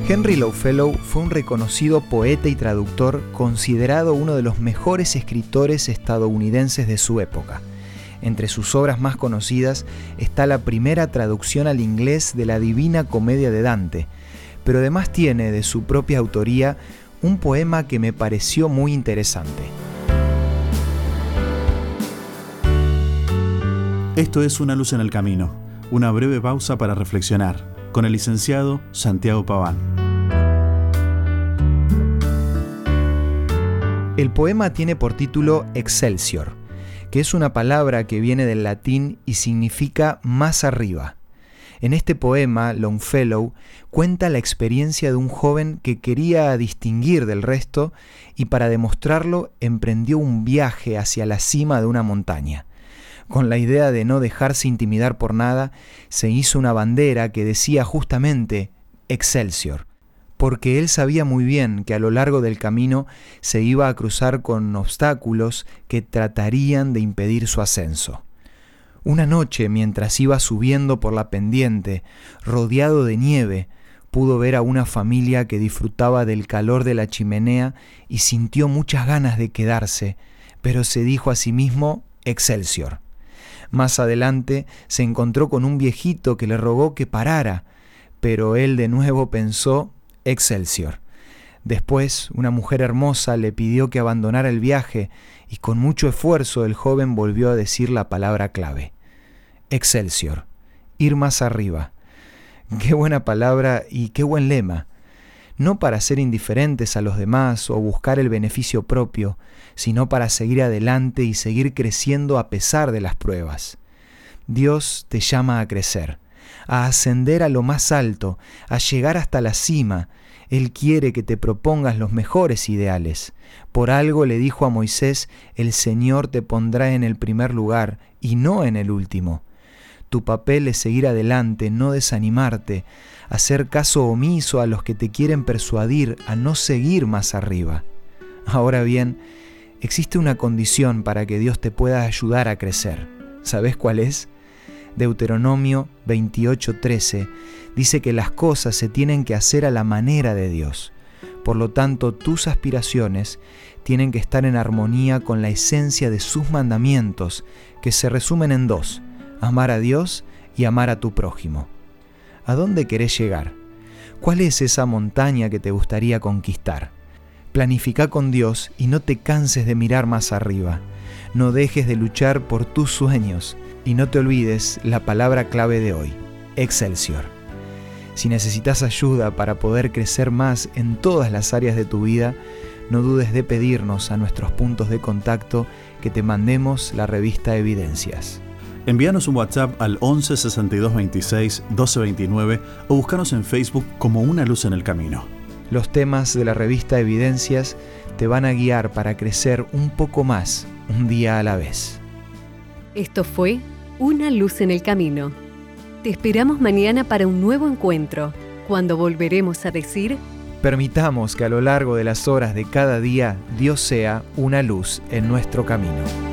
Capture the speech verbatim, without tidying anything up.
Henry Longfellow fue un reconocido poeta y traductor, considerado uno de los mejores escritores estadounidenses de su época. Entre sus obras más conocidas está la primera traducción al inglés de la Divina Comedia de Dante, pero además tiene de su propia autoría un poema que me pareció muy interesante. Esto es Una luz en el camino, una breve pausa para reflexionar, con el licenciado Santiago Paván. El poema tiene por título Excelsior, que es una palabra que viene del latín y significa más arriba. En este poema, Longfellow cuenta la experiencia de un joven que quería distinguir del resto y para demostrarlo emprendió un viaje hacia la cima de una montaña. Con la idea de no dejarse intimidar por nada, se hizo una bandera que decía justamente Excelsior, porque él sabía muy bien que a lo largo del camino se iba a cruzar con obstáculos que tratarían de impedir su ascenso. Una noche, mientras iba subiendo por la pendiente, rodeado de nieve, pudo ver a una familia que disfrutaba del calor de la chimenea y sintió muchas ganas de quedarse, pero se dijo a sí mismo Excelsior. Más adelante se encontró con un viejito que le rogó que parara, pero él de nuevo pensó Excelsior. Después, una mujer hermosa le pidió que abandonara el viaje y con mucho esfuerzo el joven volvió a decir la palabra clave. Excelsior, ir más arriba. Qué buena palabra y qué buen lema. No para ser indiferentes a los demás o buscar el beneficio propio, sino para seguir adelante y seguir creciendo a pesar de las pruebas. Dios te llama a crecer, a ascender a lo más alto, a llegar hasta la cima. Él quiere que te propongas los mejores ideales. Por algo le dijo a Moisés, el Señor te pondrá en el primer lugar y no en el último. Tu papel es seguir adelante, no desanimarte, hacer caso omiso a los que te quieren persuadir a no seguir más arriba. Ahora bien, existe una condición para que Dios te pueda ayudar a crecer. ¿Sabes cuál es? Deuteronomio veintiocho trece dice que las cosas se tienen que hacer a la manera de Dios. Por lo tanto, tus aspiraciones tienen que estar en armonía con la esencia de sus mandamientos, que se resumen en dos: amar a Dios y amar a tu prójimo. ¿A dónde querés llegar? ¿Cuál es esa montaña que te gustaría conquistar? Planifica con Dios y no te canses de mirar más arriba. No dejes de luchar por tus sueños y no te olvides la palabra clave de hoy, Excelsior. Si necesitas ayuda para poder crecer más en todas las áreas de tu vida, no dudes de pedirnos a nuestros puntos de contacto que te mandemos la revista Evidencias. Envíanos un WhatsApp al once sesenta y dos veintiséis doce veintinueve o búscanos en Facebook como Una luz en el camino. Los temas de la revista Evidencias te van a guiar para crecer un poco más, un día a la vez. Esto fue Una luz en el camino. Te esperamos mañana para un nuevo encuentro, cuando volveremos a decir: permitamos que a lo largo de las horas de cada día Dios sea una luz en nuestro camino.